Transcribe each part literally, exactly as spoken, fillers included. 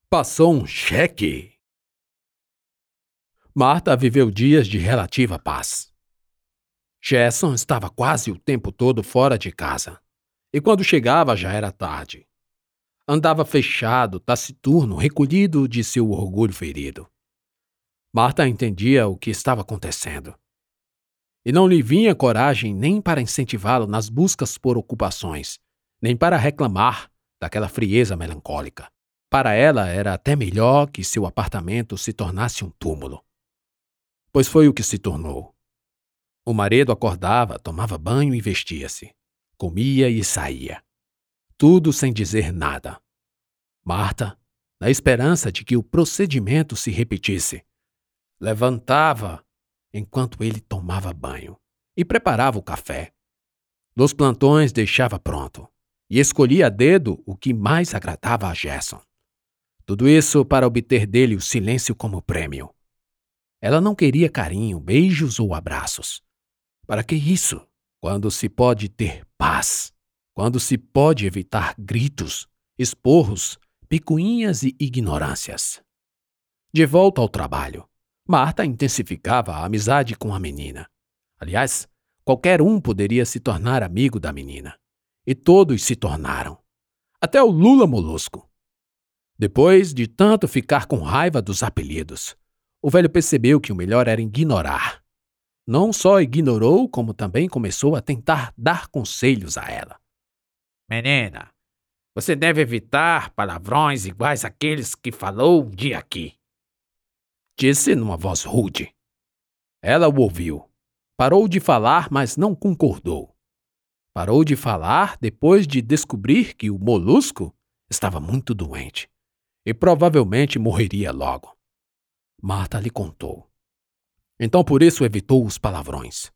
Passou um cheque. Marta viveu dias de relativa paz. Gerson estava quase o tempo todo fora de casa, e quando chegava já era tarde. Andava fechado, taciturno, recolhido de seu orgulho ferido. Marta entendia o que estava acontecendo. E não lhe vinha coragem nem para incentivá-lo nas buscas por ocupações, nem para reclamar daquela frieza melancólica. Para ela era até melhor que seu apartamento se tornasse um túmulo. Pois foi o que se tornou. O marido acordava, tomava banho e vestia-se. Comia e saía. Tudo sem dizer nada. Marta, na esperança de que o procedimento se repetisse, levantava enquanto ele tomava banho e preparava o café. Dos plantões deixava pronto e escolhia a dedo o que mais agradava a Gerson. Tudo isso para obter dele o silêncio como prêmio. Ela não queria carinho, beijos ou abraços. Para que isso? Quando se pode ter paz, quando se pode evitar gritos, esporros, picuinhas e ignorâncias. De volta ao trabalho, Marta intensificava a amizade com a menina. Aliás, qualquer um poderia se tornar amigo da menina. E todos se tornaram. Até o Lula Molusco. Depois de tanto ficar com raiva dos apelidos, o velho percebeu que o melhor era ignorar. Não só ignorou, como também começou a tentar dar conselhos a ela. Menina, você deve evitar palavrões iguais àqueles que falou um dia aqui. Disse numa voz rude. Ela o ouviu. Parou de falar, mas não concordou. Parou de falar depois de descobrir que o Molusco estava muito doente e provavelmente morreria logo. Marta lhe contou. Então por isso evitou os palavrões.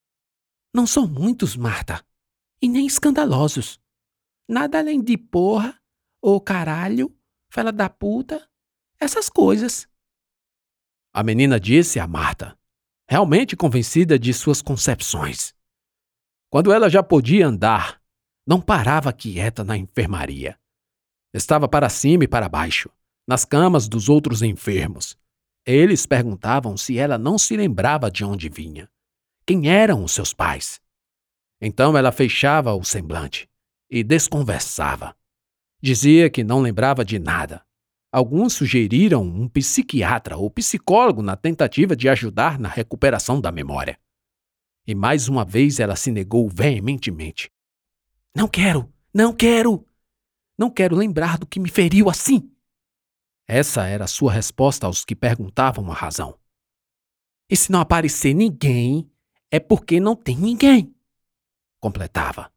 Não são muitos, Marta, e nem escandalosos. Nada além de porra, ou caralho, fela da puta, essas coisas. A menina disse a Marta, realmente convencida de suas concepções. Quando ela já podia andar, não parava quieta na enfermaria. Estava para cima e para baixo, nas camas dos outros enfermos. Eles perguntavam se ela não se lembrava de onde vinha. Quem eram os seus pais? Então ela fechava o semblante e desconversava. Dizia que não lembrava de nada. Alguns sugeriram um psiquiatra ou psicólogo na tentativa de ajudar na recuperação da memória. E mais uma vez ela se negou veementemente. Não quero, não quero. Não quero lembrar do que me feriu assim. Essa era a sua resposta aos que perguntavam a razão. E se não aparecer ninguém, é porque não tem ninguém, completava.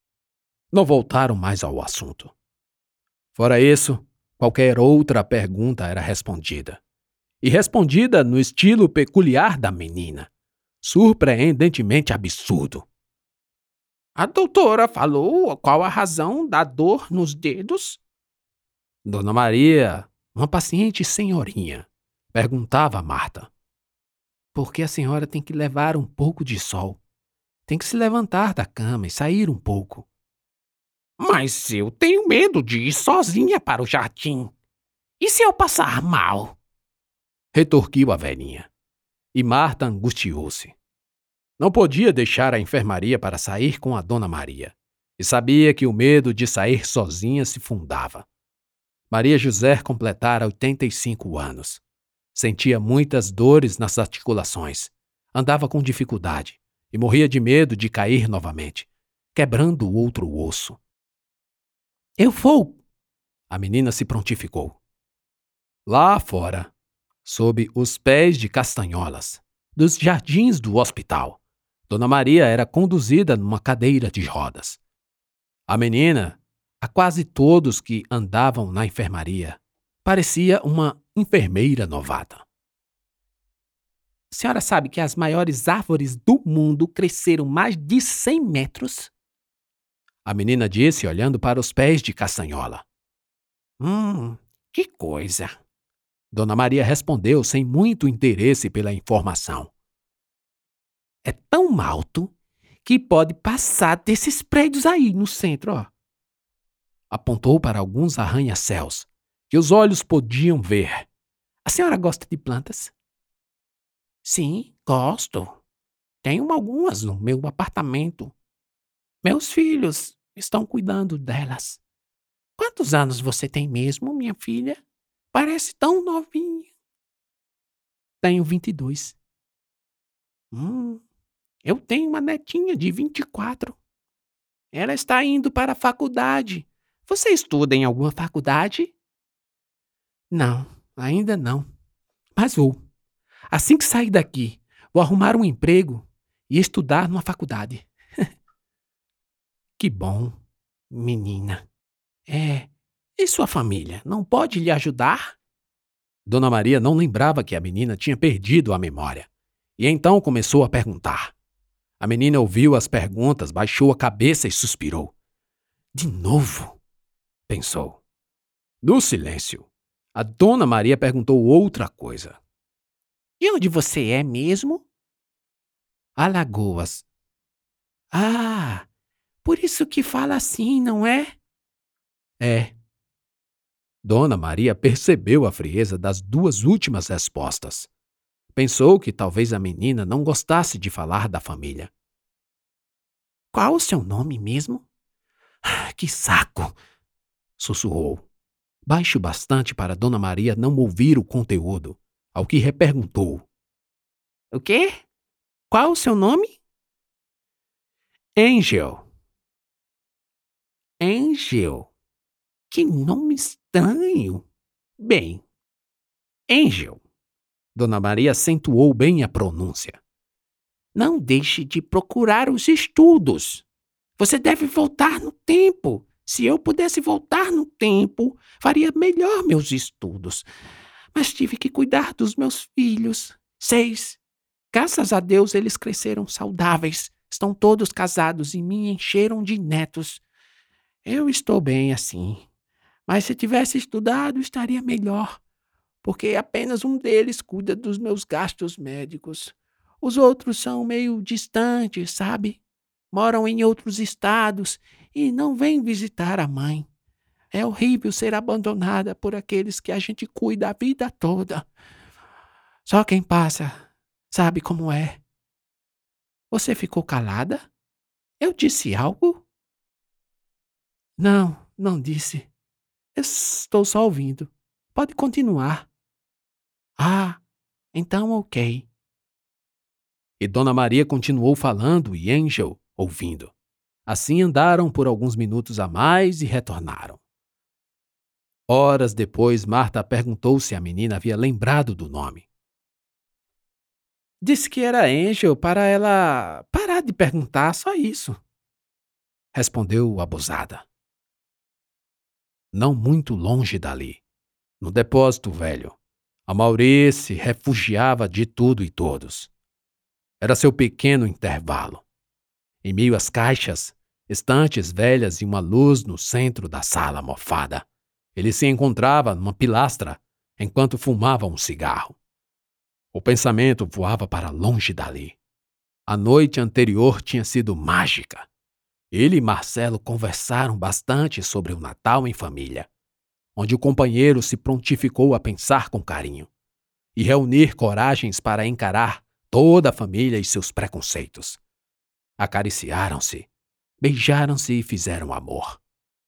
Não voltaram mais ao assunto. Fora isso, qualquer outra pergunta era respondida. E respondida no estilo peculiar da menina, surpreendentemente absurdo. A doutora falou qual a razão da dor nos dedos? Dona Maria, uma paciente senhorinha, perguntava a Marta. Porque a senhora tem que levar um pouco de sol. Tem que se levantar da cama e sair um pouco. Mas eu tenho medo de ir sozinha para o jardim. E se eu passar mal? Retorquiu a velhinha. E Marta angustiou-se. Não podia deixar a enfermaria para sair com a Dona Maria. E sabia que o medo de sair sozinha se fundava. Maria José completara oitenta e cinco anos. Sentia muitas dores nas articulações. Andava com dificuldade e morria de medo de cair novamente, quebrando outro osso. Eu vou! A menina se prontificou. Lá fora, sob os pés de castanholas, dos jardins do hospital, Dona Maria era conduzida numa cadeira de rodas. A menina, a quase todos que andavam na enfermaria, parecia uma enfermeira novata. A senhora sabe que as maiores árvores do mundo cresceram mais de cem metros? A menina disse, olhando para os pés de castanhola. Hum, que coisa! Dona Maria respondeu sem muito interesse pela informação. É tão alto que pode passar desses prédios aí no centro, ó. Apontou para alguns arranha-céus que os olhos podiam ver. A senhora gosta de plantas? Sim, gosto. Tenho algumas no meu apartamento. Meus filhos estão cuidando delas. Quantos anos você tem mesmo, minha filha? Parece tão novinha. Tenho vinte e dois. Hum, eu tenho uma netinha de vinte e quatro. Ela está indo para a faculdade. Você estuda em alguma faculdade? Não, ainda não. Mas vou. Assim que sair daqui, vou arrumar um emprego e estudar numa faculdade. Que bom, menina. É, e sua família não pode lhe ajudar? Dona Maria não lembrava que a menina tinha perdido a memória. E então começou a perguntar. A menina ouviu as perguntas, baixou a cabeça e suspirou. De novo, pensou. No silêncio, a Dona Maria perguntou outra coisa. De onde você é mesmo? Alagoas. Ah, por isso que fala assim, não é? É. Dona Maria percebeu a frieza das duas últimas respostas. Pensou que talvez a menina não gostasse de falar da família. Qual o seu nome mesmo? Ah, que saco! Sussurrou, baixo bastante para Dona Maria não ouvir o conteúdo, ao que reperguntou. O quê? Qual o seu nome? Angel. Angel? Que nome estranho. Bem, Angel. Dona Maria acentuou bem a pronúncia. Não deixe de procurar os estudos. Você deve voltar no tempo. Se eu pudesse voltar no tempo, faria melhor meus estudos. Mas tive que cuidar dos meus filhos. Seis. Graças a Deus eles cresceram saudáveis. Estão todos casados e me encheram de netos. Eu estou bem assim. Mas se tivesse estudado, estaria melhor. Porque apenas um deles cuida dos meus gastos médicos. Os outros são meio distantes, sabe? Moram em outros estados e não vêm visitar a mãe. É horrível ser abandonada por aqueles que a gente cuida a vida toda. Só quem passa sabe como é. Você ficou calada? Eu disse algo? Não, não disse. Estou só ouvindo. Pode continuar. Ah, então ok. E Dona Maria continuou falando e Angel ouvindo. Assim andaram por alguns minutos a mais e retornaram. Horas depois, Marta perguntou se a menina havia lembrado do nome. Disse que era Angel para ela parar de perguntar, só isso. Respondeu abusada. Não muito longe dali, no depósito velho, Amaury se refugiava de tudo e todos. Era seu pequeno intervalo. Em meio às caixas, estantes velhas e uma luz no centro da sala mofada, ele se encontrava numa pilastra enquanto fumava um cigarro. O pensamento voava para longe dali. A noite anterior tinha sido mágica. Ele e Marcelo conversaram bastante sobre o Natal em família, onde o companheiro se prontificou a pensar com carinho e reunir coragens para encarar toda a família e seus preconceitos. Acariciaram-se, beijaram-se e fizeram amor.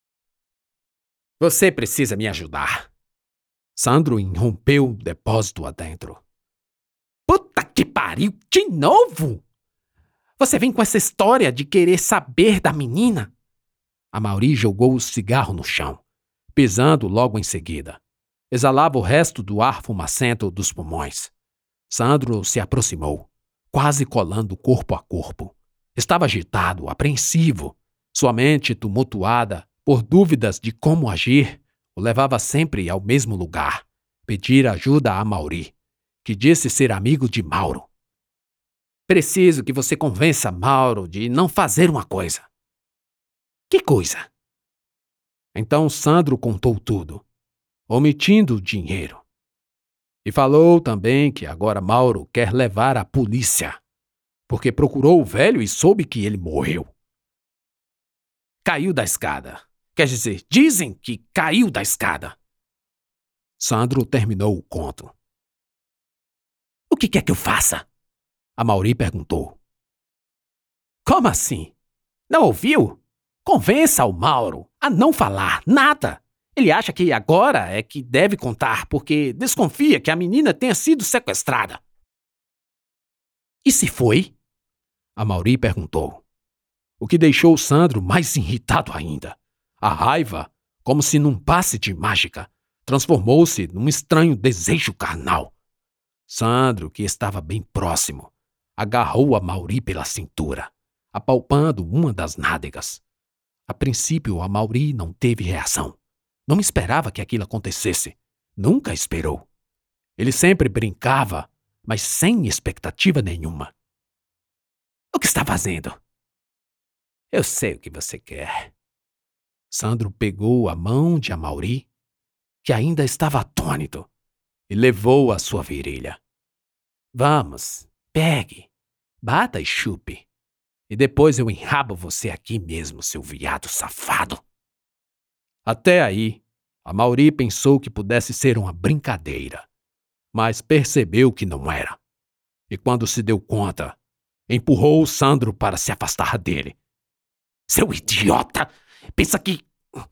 Você precisa me ajudar. Sandro irrompeu o depósito adentro. Puta que pariu, de novo? Você vem com essa história de querer saber da menina? Amaury jogou o cigarro no chão, pisando logo em seguida. Exalava o resto do ar fumacento dos pulmões. Sandro se aproximou, quase colando corpo a corpo. Estava agitado, apreensivo. Sua mente, tumultuada por dúvidas de como agir, o levava sempre ao mesmo lugar, pedir ajuda a Amaury, que disse ser amigo de Mauro. Preciso que você convença Mauro de não fazer uma coisa. Que coisa? Então Sandro contou tudo, omitindo o dinheiro. E falou também que agora Mauro quer levar a polícia, porque procurou o velho e soube que ele morreu. Caiu da escada. Quer dizer, dizem que caiu da escada. Sandro terminou o conto. O que quer que eu faça? Amaury perguntou. Como assim? Não ouviu? Convença o Mauro a não falar nada. Ele acha que agora é que deve contar, porque desconfia que a menina tenha sido sequestrada. E se foi? Amaury perguntou, o que deixou Sandro mais irritado ainda. A raiva, como se num passe de mágica, transformou-se num estranho desejo carnal. Sandro, que estava bem próximo, agarrou Amaury pela cintura, apalpando uma das nádegas. A princípio, Amaury não teve reação. Não esperava que aquilo acontecesse. Nunca esperou. Ele sempre brincava, mas sem expectativa nenhuma. O que está fazendo? Eu sei o que você quer. Sandro pegou a mão de Amaury, que ainda estava atônito, e levou à sua virilha. Vamos, pegue, bata e chupe. E depois eu enrabo você aqui mesmo, seu viado safado. Até aí, Amaury pensou que pudesse ser uma brincadeira, mas percebeu que não era. E quando se deu conta, empurrou Sandro para se afastar dele. Seu idiota! Pensa que...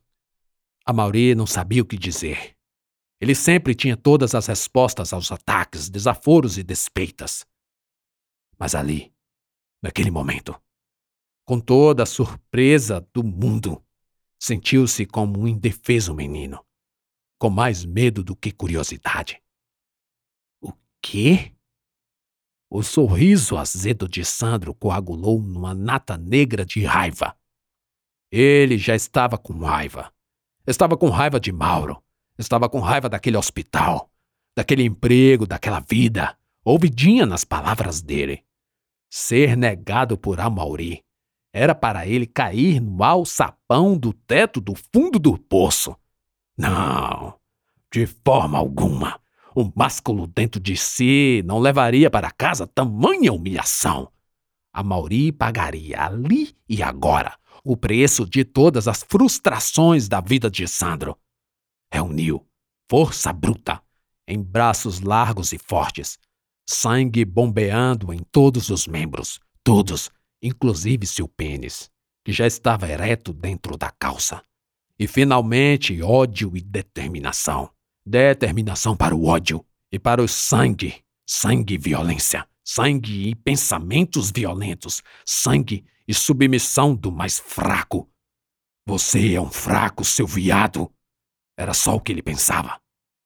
Amaury não sabia o que dizer. Ele sempre tinha todas as respostas aos ataques, desaforos e despeitas. Mas ali, naquele momento, com toda a surpresa do mundo, sentiu-se como um indefeso menino, com mais medo do que curiosidade. O quê? O sorriso azedo de Sandro coagulou numa nata negra de raiva. Ele já estava com raiva. Estava com raiva de Mauro. Estava com raiva daquele hospital, daquele emprego, daquela vida. Ouvidinha nas palavras dele. Ser negado por Amaury era para ele cair no alçapão do teto do fundo do poço. Não, de forma alguma. O másculo dentro de si não levaria para casa tamanha humilhação. Amaury pagaria ali e agora o preço de todas as frustrações da vida de Sandro. Reuniu força bruta em braços largos e fortes, sangue bombeando em todos os membros, todos, inclusive seu pênis, que já estava ereto dentro da calça. E finalmente ódio e determinação. Determinação para o ódio e para o sangue. Sangue e violência. Sangue e pensamentos violentos. Sangue e submissão do mais fraco. Você é um fraco, seu viado. Era só o que ele pensava.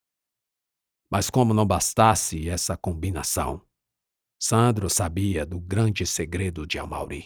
Mas como não bastasse essa combinação, Sandro sabia do grande segredo de Amaury.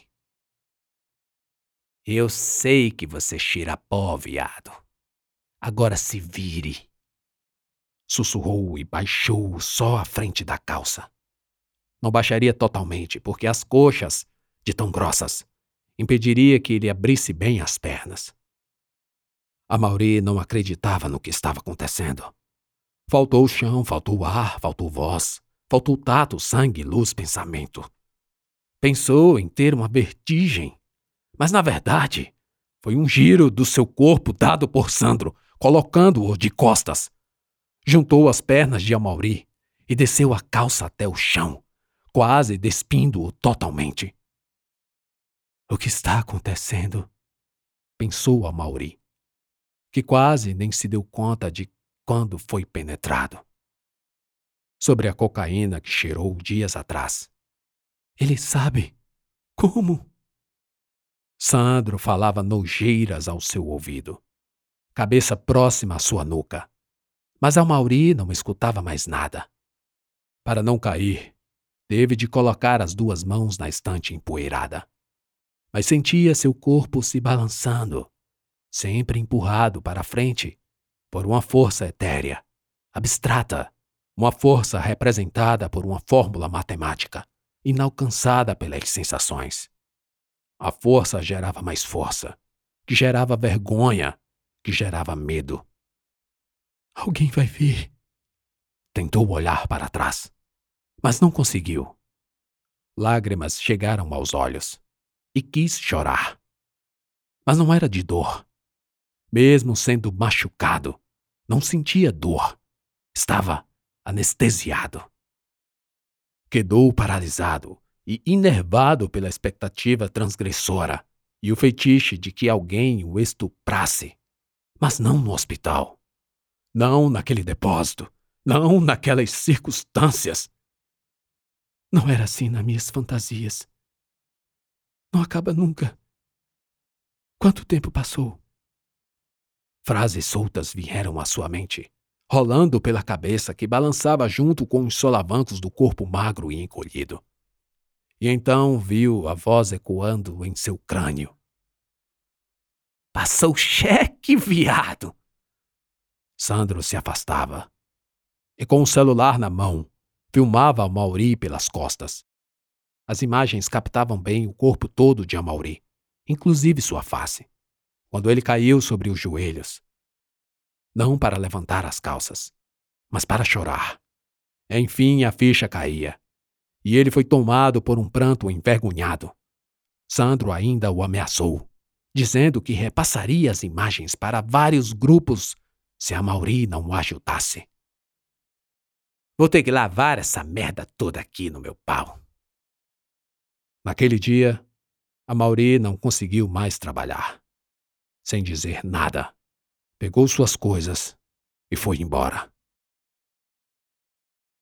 Eu sei que você cheira pó, viado. Agora se vire. Sussurrou e baixou só a frente da calça. Não baixaria totalmente, porque as coxas, de tão grossas, impediria que ele abrisse bem as pernas. Amaury não acreditava no que estava acontecendo. Faltou o chão, faltou o ar, faltou voz, faltou tato, sangue, luz, pensamento. Pensou em ter uma vertigem, mas na verdade foi um giro do seu corpo dado por Sandro, colocando-o de costas. Juntou as pernas de Amaury e desceu a calça até o chão, quase despindo-o totalmente. O que está acontecendo? Pensou Amaury, que quase nem se deu conta de quando foi penetrado. Sobre a cocaína que cheirou dias atrás. Ele sabe. Como? Sandro falava nojeiras ao seu ouvido, cabeça próxima à sua nuca. Mas Amaury não escutava mais nada. Para não cair, teve de colocar as duas mãos na estante empoeirada. Mas sentia seu corpo se balançando, sempre empurrado para a frente por uma força etérea, abstrata, uma força representada por uma fórmula matemática, inalcançada pelas sensações. A força gerava mais força, que gerava vergonha, que gerava medo. Alguém vai vir. Tentou olhar para trás, mas não conseguiu. Lágrimas chegaram aos olhos e quis chorar. Mas não era de dor. Mesmo sendo machucado, não sentia dor. Estava anestesiado. Quedou paralisado e enervado pela expectativa transgressora e o fetiche de que alguém o estuprasse. Mas não no hospital. Não naquele depósito. Não naquelas circunstâncias. Não era assim nas minhas fantasias. Não acaba nunca. Quanto tempo passou? Frases soltas vieram à sua mente, rolando pela cabeça que balançava junto com os solavancos do corpo magro e encolhido. E então viu a voz ecoando em seu crânio. Passou cheque, viado! Sandro se afastava. E com o celular na mão, filmava Amaury pelas costas. As imagens captavam bem o corpo todo de Amaury, inclusive sua face, quando ele caiu sobre os joelhos. Não para levantar as calças, mas para chorar. Enfim a ficha caía, e ele foi tomado por um pranto envergonhado. Sandro ainda o ameaçou, dizendo que repassaria as imagens para vários grupos se Amaury não o ajudasse. Vou ter que lavar essa merda toda aqui no meu pau. Naquele dia, Amaury não conseguiu mais trabalhar. Sem dizer nada, pegou suas coisas e foi embora.